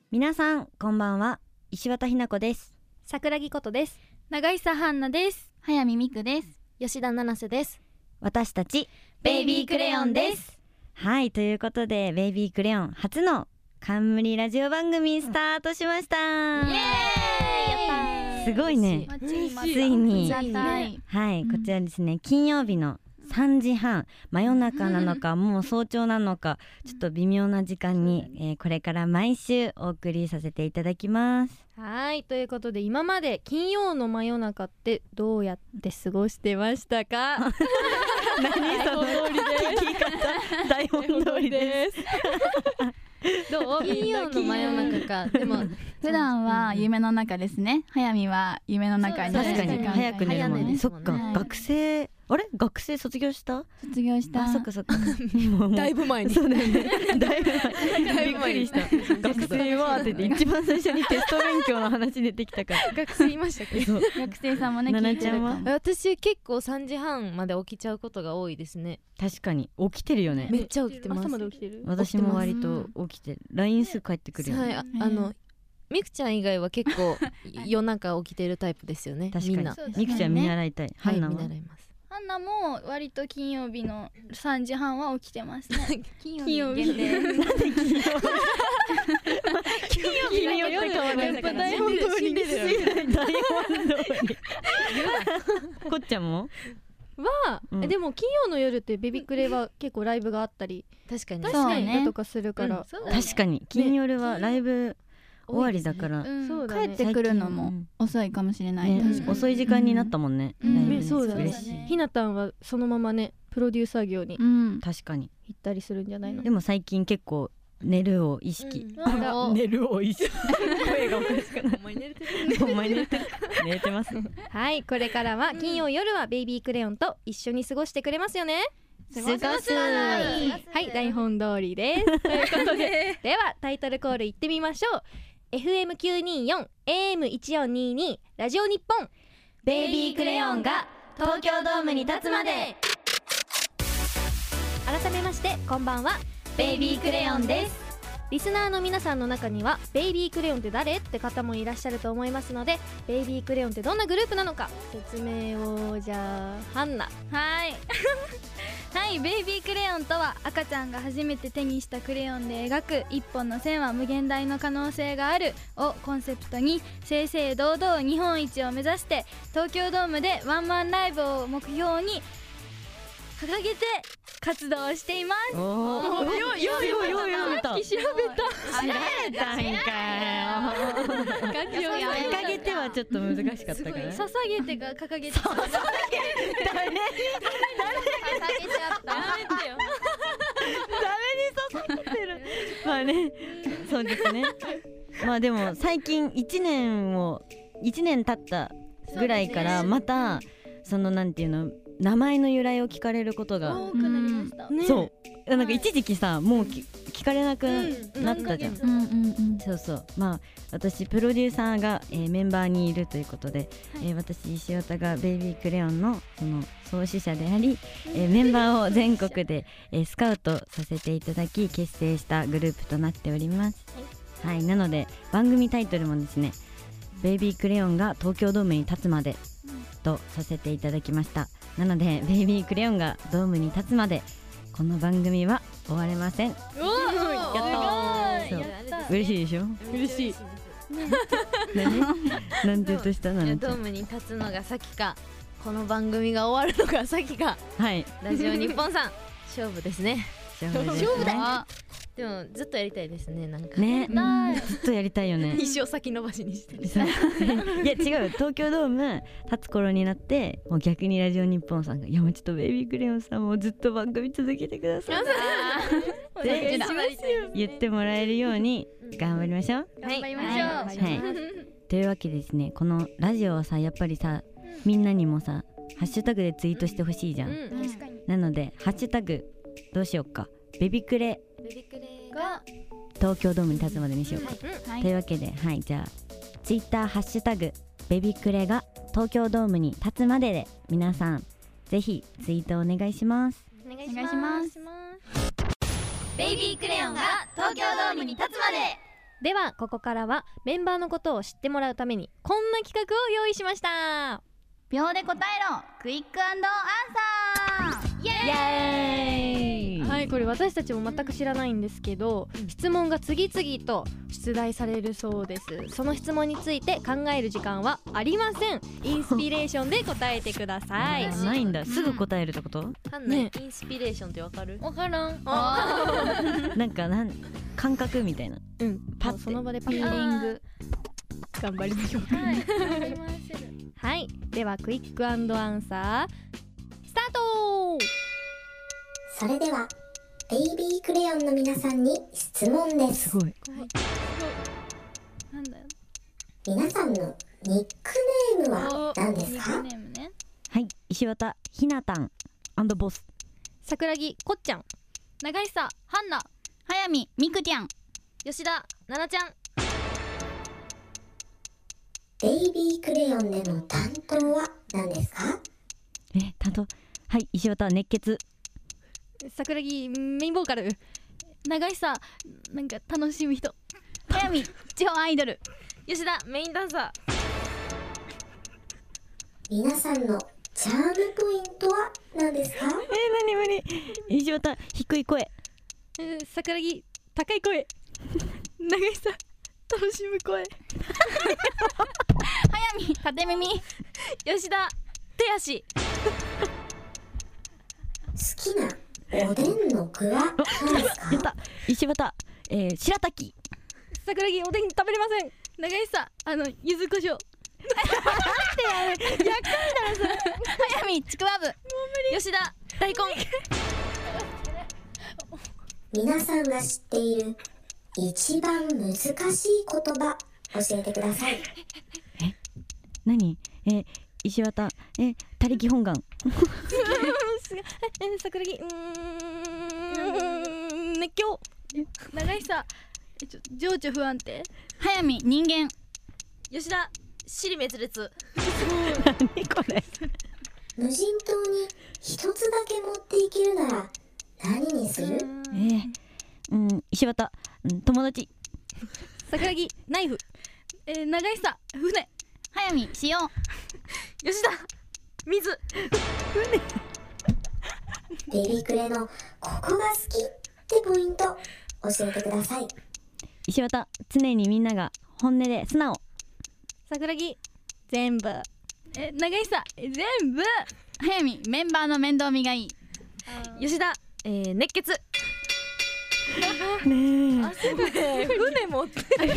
皆さんこんばんは。石渡ひな子です。 桜木ことです。 長久ハンナです。 早見みくです。 吉田七瀬です。 私たちベイビークレヨンです。 はい、ということでベイビークレヨン初の冠ラジオ番組スタートしました、 イエーイ、やったー。 すごいね。ついにはい、こちらですね、金曜日の3時半、真夜中なのかもう早朝なのかちょっと微妙な時間に、これから毎週お送りさせていただきます。 はい、ということで今まで金曜の真夜中ってどうやって過ごしてましたか？ 何その聞き方、台本通りですどう？金曜の真夜中か。でも普段は夢の中ですね。早見は夢の中に。 確かに早く寝るもんね。そっか、学生学生卒業した？ 卒業した。 あ、そっかそっかだいぶ前に。 そうだよね。だいぶ前。びっくりした。学生はって言って一番最初にテスト勉強の話出てきたから。 学生いましたっけ？ 学生さんもね。 ななちゃんは？ 私結構3時半まで起きちゃうことが多いですね。 確かに起きてるよね。 めっちゃ起きてます。 朝まで起きてる？ 私も割と起きてる。LINE 数返ってくるよね。 はい、みくちゃん以外は結構夜中起きてるタイプですよね。 確かに。 みんな。 みくちゃん見習いたい。 はい、見習います。 ハンナも割と金曜日の3時半は起きてますね。 金曜日限定。 なんで金曜日によって変わるんだから。台本通りです。台本通り。こっちゃんも？ は、でも金曜の夜ってベビクレは結構ライブがあったり、確かにとかするから、 確かに金夜はライブ終わりだから、 帰ってくるのも遅いかもしれない。 遅い時間になったもんね。 そうだね。ひなたんはそのままねプロデューサー業に確かに行ったりするんじゃないの？ でも最近結構寝るを意識、寝るを意識声がおかしくない。お前寝れてる？お前寝れてる？寝れてます。 はい、これからは金曜夜はベイビークレヨンと一緒に過ごしてくれますよね？ 過ごす。 はい、台本通りですということでではタイトルコールいってみましょう。 FM924 AM1422 ラジオ日本ベイビークレヨンが東京ドームに立つまで。 改めましてこんばんは、 ベイビークレヨンです。 リスナーの皆さんの中にはベイビークレヨンって誰って方もいらっしゃると思いますので、ベイビークレヨンってどんなグループなのか説明を、じゃあハンナ。 はいはい、ベイビークレヨンとは赤ちゃんが初めて手にしたクレヨンで描く一本の線は無限大の可能性があるをコンセプトに正々堂々日本一を目指して東京ドームでワンマンライブを目標に掲げて活動しています。 おー、よ調べたんかよ。掲げてはちょっと難しかったから。 捧げてが掲げて。 誰？ 捧げちゃった。 誰に捧げてる？まあね、そうですね。まあでも最近1年経ったぐらいからまたそのなんていうの、名前の由来を聞かれることが多くなりました。 そうなんか一時期さもう聞かれなくなったじゃん。そうそう、まあ私プロデューサーが、メンバーにいるということで、私石渡がベイビークレヨンのその創始者であり、メンバーを全国で、スカウトさせていただき結成したグループとなっております。はい、なので番組タイトルもですね、ベイビークレヨンが東京ドームに立つまでとさせていただきました。なのでベイビークレヨンがドームに立つまでこの番組は終われません。やったー。嬉しいでしょ？ 嬉しい。 なんて言うとしたの？ ドームに立つのが先か、この番組が終わるのが先か。 はい。 ラジオ日本さん勝負ですね。 勝負だ。 でもずっとやりたいですね、なんかね、ずっとやりたいよね。 一生先延ばしにしてる。 いや違う、東京ドーム立つ頃になってもう逆にラジオ日本さんがいやもうちょっとベイビークレヨンさんもずっと番組続けてくださいって言ってもらえるように頑張りましょう。 頑張りましょう。 はいというわけでですね、このラジオはさやっぱりさみんなにもさハッシュタグでツイートしてほしいじゃん。なのでハッシュタグどうしようか、ベビクレが東京ドームに立つまでにしようか、というわけで、はい、じゃあツイッターハッシュタグベビクレが東京ドームに立つまでで皆さんぜひツイートお願いします。 お願いします。 ベイビークレヨンが東京ドームに立つまで。 ではここからはメンバーのことを知ってもらうためにこんな企画を用意しました。 秒で答えろクイックアンサー。 イエーイ。はい、これ私たちも全く知らないんですけど、質問が次々と出題されるそうです。その質問について考える時間はありません。インスピレーションで答えてください。 ないんだ、すぐ答えるってこと？ ね、 インスピレーションってわかる？ わからん。 なんか感覚みたいな。 パッその場でパッフィーリング。 頑張りましょうか。 はい、頑張ります。 はい、ではクイックアンサースタート。 それではベイビークレヨンの皆さんに質問です。 すごい。 なんだよ。 皆さんのニックネームは何ですか？ ニックネームね。 はい、石渡ひなたん&ボス。 桜木こっちゃん。 長久ハンナ。 早見みくちゃん。 吉田奈々ちゃん。 ベイビークレヨンでの担当は何ですか？ 担当。はい、石渡熱血。 桜木メインボーカル。 長久なんか楽しむ人。 早見地方アイドル。 吉田メインダンサー。 皆さんのチャームポイントは何ですか？ 何無理。石渡低い声。 桜木高い声。長久楽しむ声。 早見縦耳。 吉田手足。 好きなおでんの具は何ですか？ やった。石渡白滝。 桜木おでん食べれません。 長久柚子胡椒。 早見ちくわぶ。 吉田大根。 皆さんが知っている一番難しい言葉教えてください。 何？石渡他力本願。 桜木熱狂。 長久情緒不安定。 早見人間。 吉田尻滅裂。 何これ？ 無人島に一つだけ持っていけるなら何にする？ 石渡友達。 桜木ナイフ。 長久船。 早見塩。 吉田水。 ベイビークレのここが好きってポイント教えてください。 石渡常にみんなが本音で素直。 桜木全部。 長久全部。 早見メンバーの面倒見がいい。 吉田熱血。 ね船持ってる。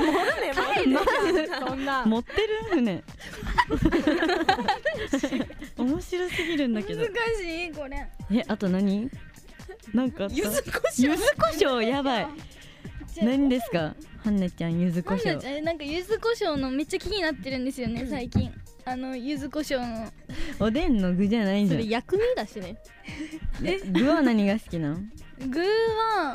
そんな持ってる船。面白すぎるんだけど。 難しいこれ。 あと何？なんかあった？ 柚子胡椒。 柚子胡椒やばい。何ですか？はんねちゃん柚子胡椒。 なんか柚子胡椒のめっちゃ気になってるんですよね最近。柚子胡椒のおでんの具じゃないんじゃん。 それ薬味だしね。 具は何が好きなの？ 具は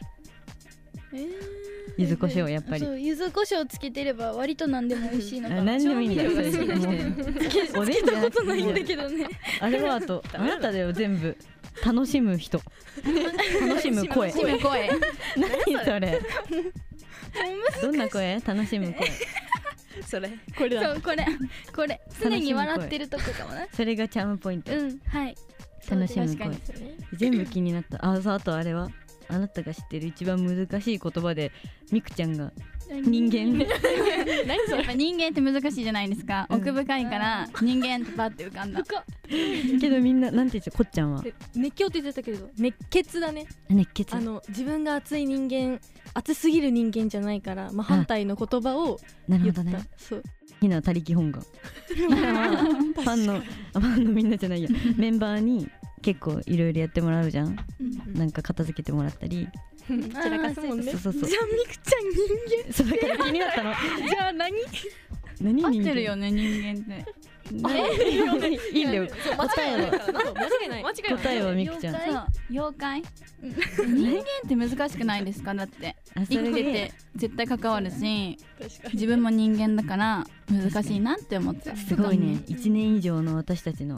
柚子胡椒やっぱり。 そう柚子胡椒つけてれば割と何でも美味しいのかな。 何でもいいんだよそれ。 つけたことないんだけどね。 あれはあとあなただよ全部。楽しむ人。楽しむ声。 楽しむ声。 何それ？どんな声？楽しむ声。 それこれだ。 そうこれ常に笑ってるとこかもな。 それがチャームポイント。 はい楽しむ声。 確かに全部気になった。あとあれはあなたが知ってる一番難しい言葉でみくちゃんが人間。 何それ？やっぱ人間って難しいじゃないですか。奥深いから人間ってバって浮かんだ。 けどみんななんて言ってこっちゃんは熱狂って言ってたけど熱血だね。 熱血。 自分が熱い人間熱すぎる人間じゃないから、反対の言葉を言った。 なるほどね。 そうひな他力本願。ファンのみんなじゃないやメンバーに結構いろいろやってもらうじゃん。なんか片付けてもらったり。 散らかすもんね。 そう。 じゃあみくちゃん人間。 それから気になったの。 じゃあ何何合ってるよね人間って。 いいんだよ。答えは間違いない。 答えはみくちゃん。 そう妖怪。人間って難しくないですか？だって生きてて絶対関わるし、自分も人間だから難しいなって思ってた。 すごいね。1年以上の私たちの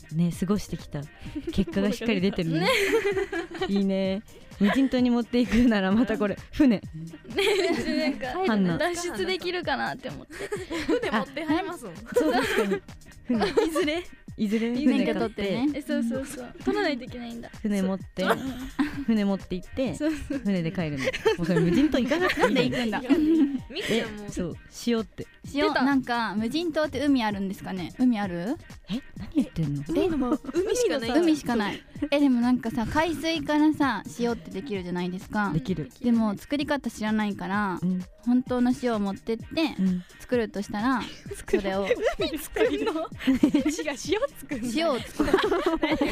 ね過ごしてきた結果がしっかり出てるねいいね。無人島に持っていくならまたこれ船なんかハンナ脱出できるかなって思って船持ってはりますもん。 そう確かに船いずれ船免許買って取ってね。 そう取らないといけないんだ。 船持って船持って行って船で帰るの。もうそれ無人島行かなくていいで行くんだ。 みくちゃんもそう塩って塩なんか無人島って海あるんですかね。海ある？ 何言ってんの。 海しかない。 海しかない。でもなんかさ海水からさ塩ってできるじゃないですか。 できる。 でも作り方知らないからうん本当の塩を持ってってうん作るとしたらそれを作るの。違う、塩作るの。 塩を作る。 こんな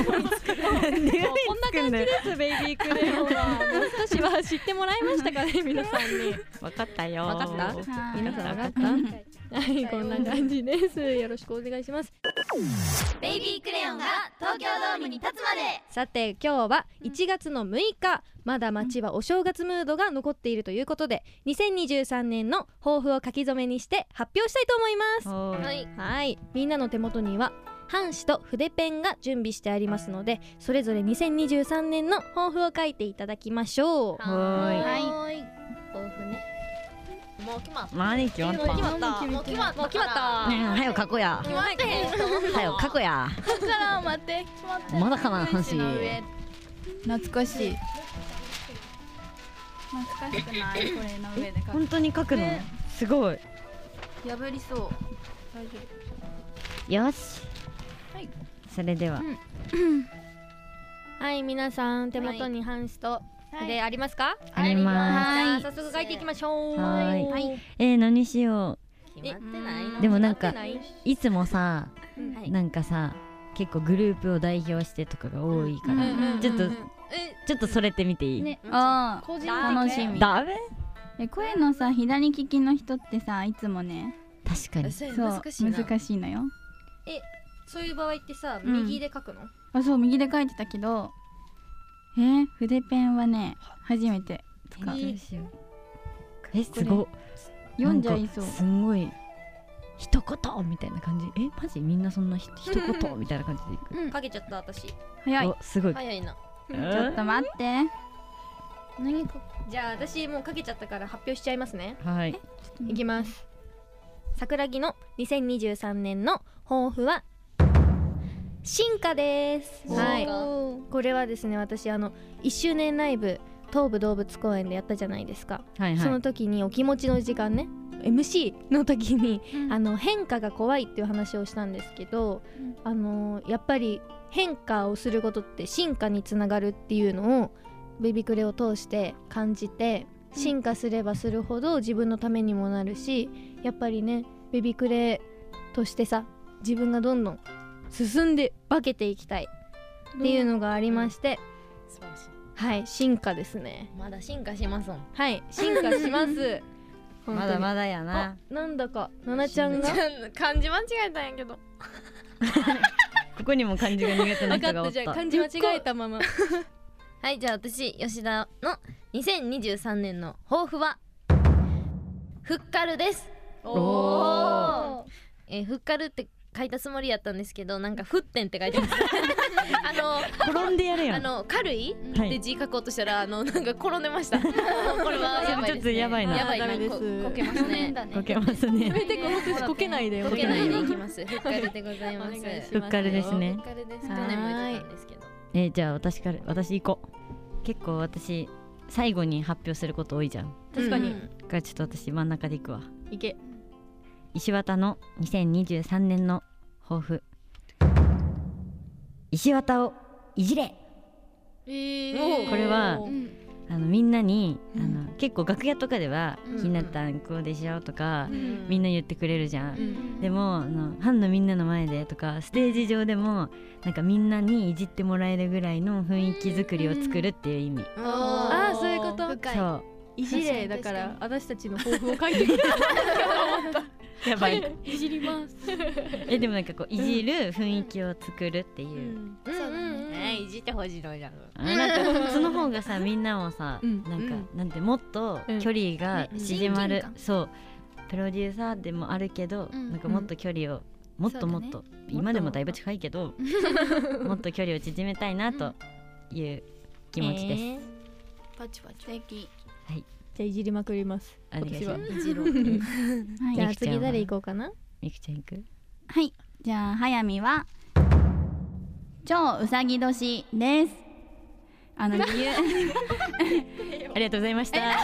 感じですベイビークレヨンは。もう少しは知ってもらいましたかね皆さんに。 分かったよ。 分かったはい皆さん分かったはいこんな感じです。よろしくお願いします。 ベイビークレヨンが東京ドームに立つまで。 さて今日は1月の6日、まだ街はお正月ムードが残っているということで2023年の抱負を書き初めにして発表したいと思います。はいみんなの手元には半紙と筆ペンが準備してありますのでそれぞれ2023年の抱負を書いていただきましょう。 はい抱負ね。もう決まった。 何決まった。 もう決まった。もう決まった。 ねえはよ書こや。 決まってへんはよ書こや。 だから待って決まってまだかな話。 懐かしい。懐かしくないこれの上で書く。 本当に書くの。すごい。 破りそう。 よし。それでははい皆さん手元に半紙と筆ありますか？ あります。 じゃあ早速書いていきましょう。 はい何しよ決まってない。 でもなんか決まってないういつもさはいなんかさ結構グループを代表してとかが多いからちょっとそれてみていい？ ね、あ個人あ楽しみ。 ダメ？ 声のさ左利きの人ってさいつもね確かに。 そう難しいな。 難しいのよ。 そういう場合ってさうん右で書くの？ あそう右で書いてたけど筆ペンはね初めて使う。 どうしよう。すごい。 読んじゃいそう。 すんごい一言みたいな感じ。マジみんなそんな一言みたいな感じでいく。 書けちゃった私。 早い。 おすごい。 早いな。 ちょっと待って。 何かじゃあ私もう書けちゃったから発表しちゃいますね。 はい。 いきます。桜木の2023年の抱負は進化です。はいこれはですね私1周年ライブ東武動物公園でやったじゃないですか。 はいはい。 その時にお気持ちの時間ね MC の時に、変化が怖いっていう話をしたんですけど、やっぱり変化をすることって進化につながるっていうのをベビクレを通して感じて、進化すればするほど自分のためにもなるし、やっぱりねベビクレとしてさ自分がどんどん進んで化けていきたいっていうのがありまして、 素晴らしい。 はい進化ですね。 まだ進化しますもん。 はい進化しますまだまだやな。 なんだかななちゃんが漢字間違えたんやけど。 ここにも漢字が苦手な分かった。 人がおった。 じゃあ漢字間違えたままはいじゃあ私吉田の2023年の抱負はふっかるです。 おふっかるって書いたつもりやったんですけど、なんかふってんって書いてます転んでやるやん。 軽いはいで字書こうとしたらなんか転んでました。これはやばいですね。 ちょっとやばいなやばいな。 ダメですこけますね。 こけますね。 やめてこの年こけないでよ。 こけないでいきます。ふっかるでございます。 お願いしふっかるですねふっかるです。去年も言ってたんですけど。 じゃあ私行こう。結構私最後に発表すること多いじゃん。 確かにだからちょっと私真ん中で行くわ。 いけ。 石渡の2023年の抱負。石渡をいじれ。これはみんなに結構楽屋とかではひなたんこうでしょとかみんな言ってくれるじゃん。でもファンのみんなの前でとかステージ上でもなんかみんなにいじってもらえるぐらいの雰囲気作りを作るっていう意味。 ああそういうこと。 そういじれだから私たちの抱負を書いてくれた。 やばい。 いじります。 でもなんかこういじる雰囲気を作るっていう、 いじってほしいのじゃん。 なんかその方がさみんなもさ、 うんなんかなんてもっと距離が縮まる、 親近感そうプロデューサーでもあるけど、なんかもっと距離をもっともっと、今でもだいぶ近いけどもっと距離を縮めたいなという気持ちです、 パチパチ。 じゃあいじりまくります。 お願いします。 じゃあ次誰行こうかな。 みくちゃん行く？ はい、じゃあ早見は超うさぎ年です。理由ありがとうございました。い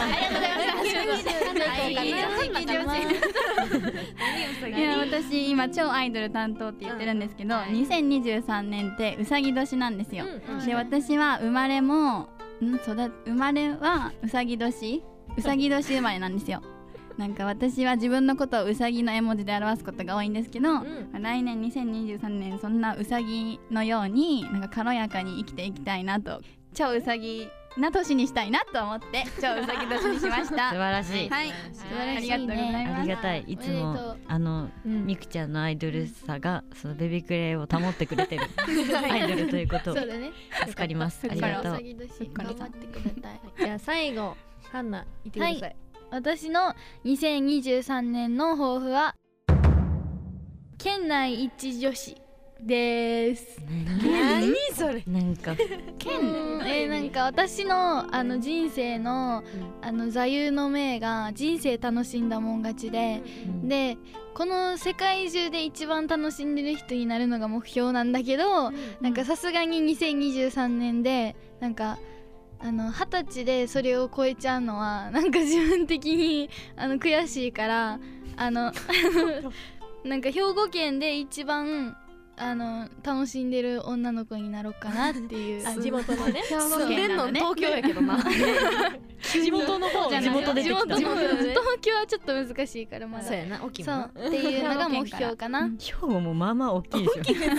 や私今超アイドル担当って言ってるんですけど、2023年ってうさぎ年なんですよ。で私は生まれはうさぎ年生まれなんですよ。なんか私は自分のことをうさぎの絵文字で表すことが多いんですけど、来年2023年そんなうさぎのようになんか軽やかに生きていきたいなと、超うさぎな年にしたいなと思って超うさぎ年にしました。 素晴らしい。 はい、ありがとうございます。 ありがたい。いつもみくちゃんのアイドルさがそのベビークレイを保ってくれてるアイドルということを助かります。ありがとう。 頑張ってください。 じゃあ最後ハンナ言ってください。 私の2023年の抱負は県内一女子です。 何それ。 なんかなんか私の人生の座右の銘が人生楽しんだもん勝ちで、でこの世界中で一番楽しんでる人になるのが目標なんだけど、なんかさすがに2023年でなんか20歳でそれを超えちゃうのはなんか自分的に悔しいからなんか兵庫県で一番楽しんでる女の子になろうかなっていう地元のね、 住んでんの東京やけどな地元の方、 地元で東京はちょっと難しいからまだそうやな、大きいもんなっていうのが目標かな。 兵庫もまあまあ大きいでし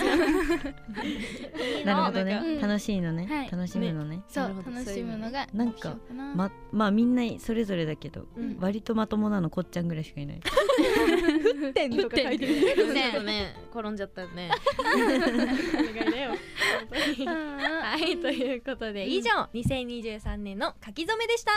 ょ。なるほどね、楽しいのね、楽しむのね。 そう、楽しむのがなんかまあみんなそれぞれだけど割とまともなのこっちゃんぐらいしかいない。 沸点とか書いてる。 ちょっとね転んじゃったよね。お願いだよ。 はい、ということで以上2023年の書き初めでした。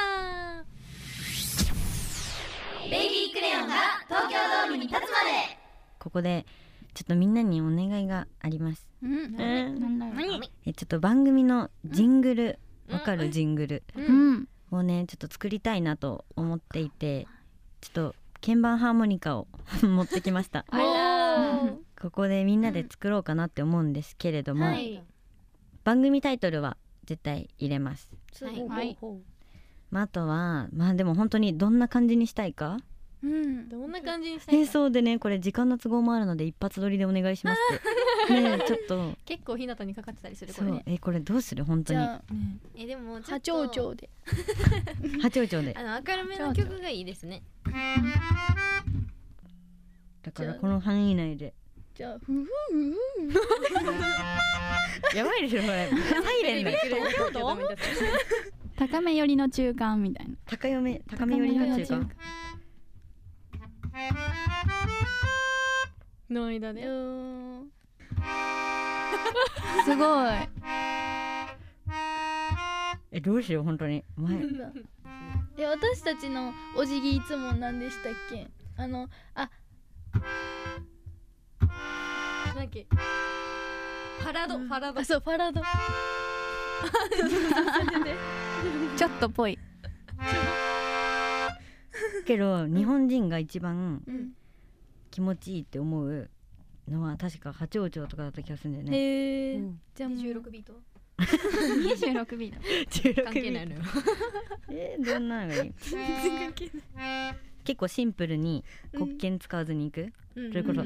ベイビークレヨンが東京ドームに立つまで。 ここでちょっとみんなにお願いがあります。 なんだろう。 ちょっと番組のジングル、わかるジングルをねちょっと作りたいなと思っていて、ちょっと鍵盤ハーモニカを持ってきました。ここでみんなで作ろうかなって思うんですけれども、番組タイトルは絶対入れます。あとはでも本当にどんな感じにしたいか、 どんな感じにしたいか。 そうでね、これ時間の都合もあるので一発撮りでお願いしますってね。ちょっと結構日向にかかってたりするこれね。 これどうする本当に。 でも波長長で波長長で明るめの曲がいいですね。 だからこの範囲内でじゃあやばいでしょこれ。サイレンだよ。 高め寄りの中間みたいな。 高め寄りの中間の間で。 すごい。どうしよう本当に。 私たちのお辞儀いつも何でしたっけ。 なんだっけ。ファラド。 そうファラド。 ちょっとぽいけど日本人が一番気持ちいいって思うのは確か波長長とかだった気がするんだよね。 じゃあ26ビート 26ビート関係ないのよ。 どんなのがいい。結構シンプルに黒鍵使わずにいくということ。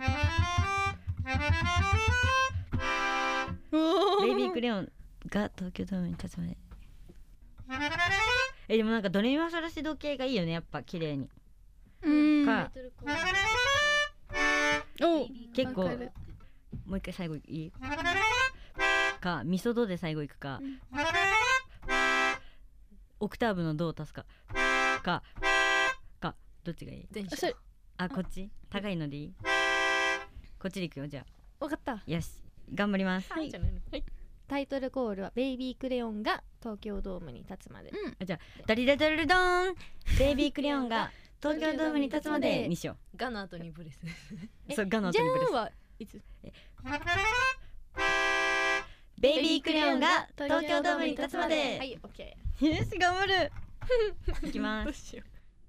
ベイビークレヨンが東京ドームに立つまで。でもなんかドレミファソラシド系がいいよね、やっぱ綺麗に。結構もう一回最後いいか、ミソドで最後いくか、オクターブのドを足すかどっちがいい。こっち高いのでいい。こっちでいくよ。じゃあ分かった。 よし頑張ります。 タイトルコールはベイビークレヨンが東京ドームに立つまで。 じゃあダリダダルドーンベイビークレヨンが東京ドームに立つまでにしよガの後にブレスう。そうガの後じゃにブレス。 んはいつベイビークレヨンが東京ドームに立つまで。 はいオッケよし頑張る。いきまーどうす。 しよ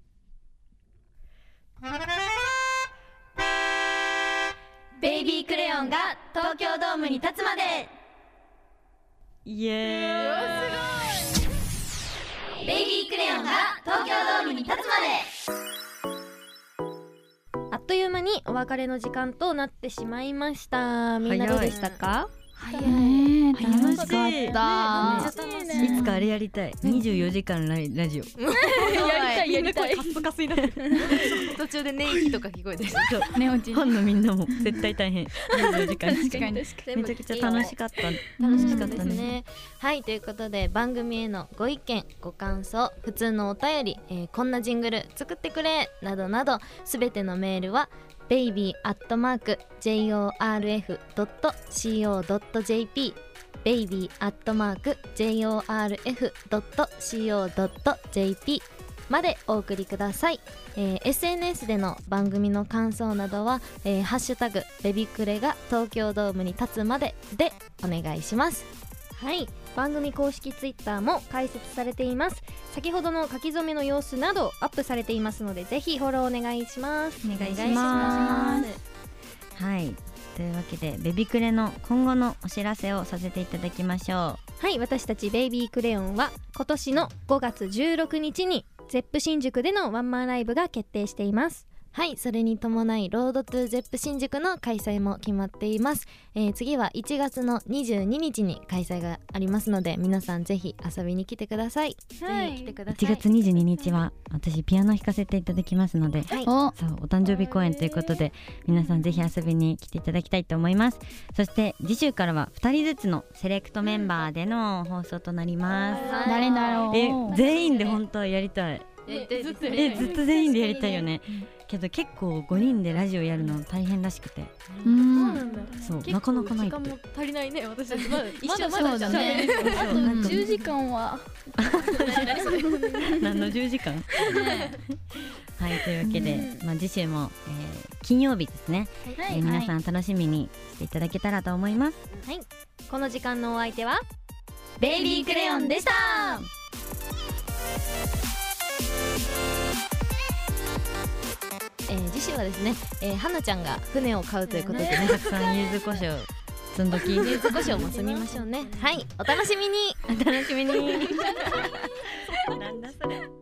ベイビークレヨンが東京ドームに立つまで。 イエーイ。 ベイビークレヨンが東京ドームに立つまで。 あっという間にお別れの時間となってしまいました。みんなどうでしたか？ 楽しかった。 いつかあれやりたい。24時間ラジオ。 やりたい。 カスカスになる。 途中で寝息とか聞こえてるそう寝落ちファンのみんなも絶対大変。24時間確かにめちゃくちゃ楽しかった。 楽しかった楽しかったね。 ですね。はいということで番組へのご意見ご感想普通のお便り、こんなジングル作ってくれなどなどすべてのメールはbaby@jorf.co.jp baby@jorf.co.jp までお送りください。SNS での番組の感想などは、ハッシュタグベビクレが東京ドームに立つまででお願いします。 はい、番組公式ツイッターも開設されています。先ほどの書き初めの様子などアップされていますのでぜひフォローお願いします。 お願いします。はい。というわけでベビクレの今後のお知らせをさせていただきましょはい、私たちベイビークレヨンは今年の5月16日にゼップ新宿でのワンマンライブが決定しています。 はいそれに伴いロードトゥゼップ新宿の開催も決まっています。次は1月の22日に開催がありますので皆さんぜひ遊びに来てください。 はいぜひ来てくだう。 さい。 1月22日は私ピアノ弾かせていただきますので、 はいおそうお誕生日公演ということで皆さんぜひ遊びに来ていただきたいと思います。そして次週からは2人ずつのセレクトメンバーでの放送となります。 誰だろう。 全員で本当はやりたい。ずっと全員でやりたいよね。けど結構5人でラジオやるの大変らしくて、そうなかなかないって。 時間も足りないね私たちまだそうだね。 あと10時間は何の10時間はいというわけで、次週も、金曜日ですね、皆さん楽しみにしていただけたらと思います。 はいこの時間のお相手はベイビークレヨンでした。 次週はですね、はなちゃんが船を買うということでねたくさん柚子胡椒積んどき。 柚子胡椒も積みましょうね。はいお楽しみに。 お楽しみに。なんだそれ。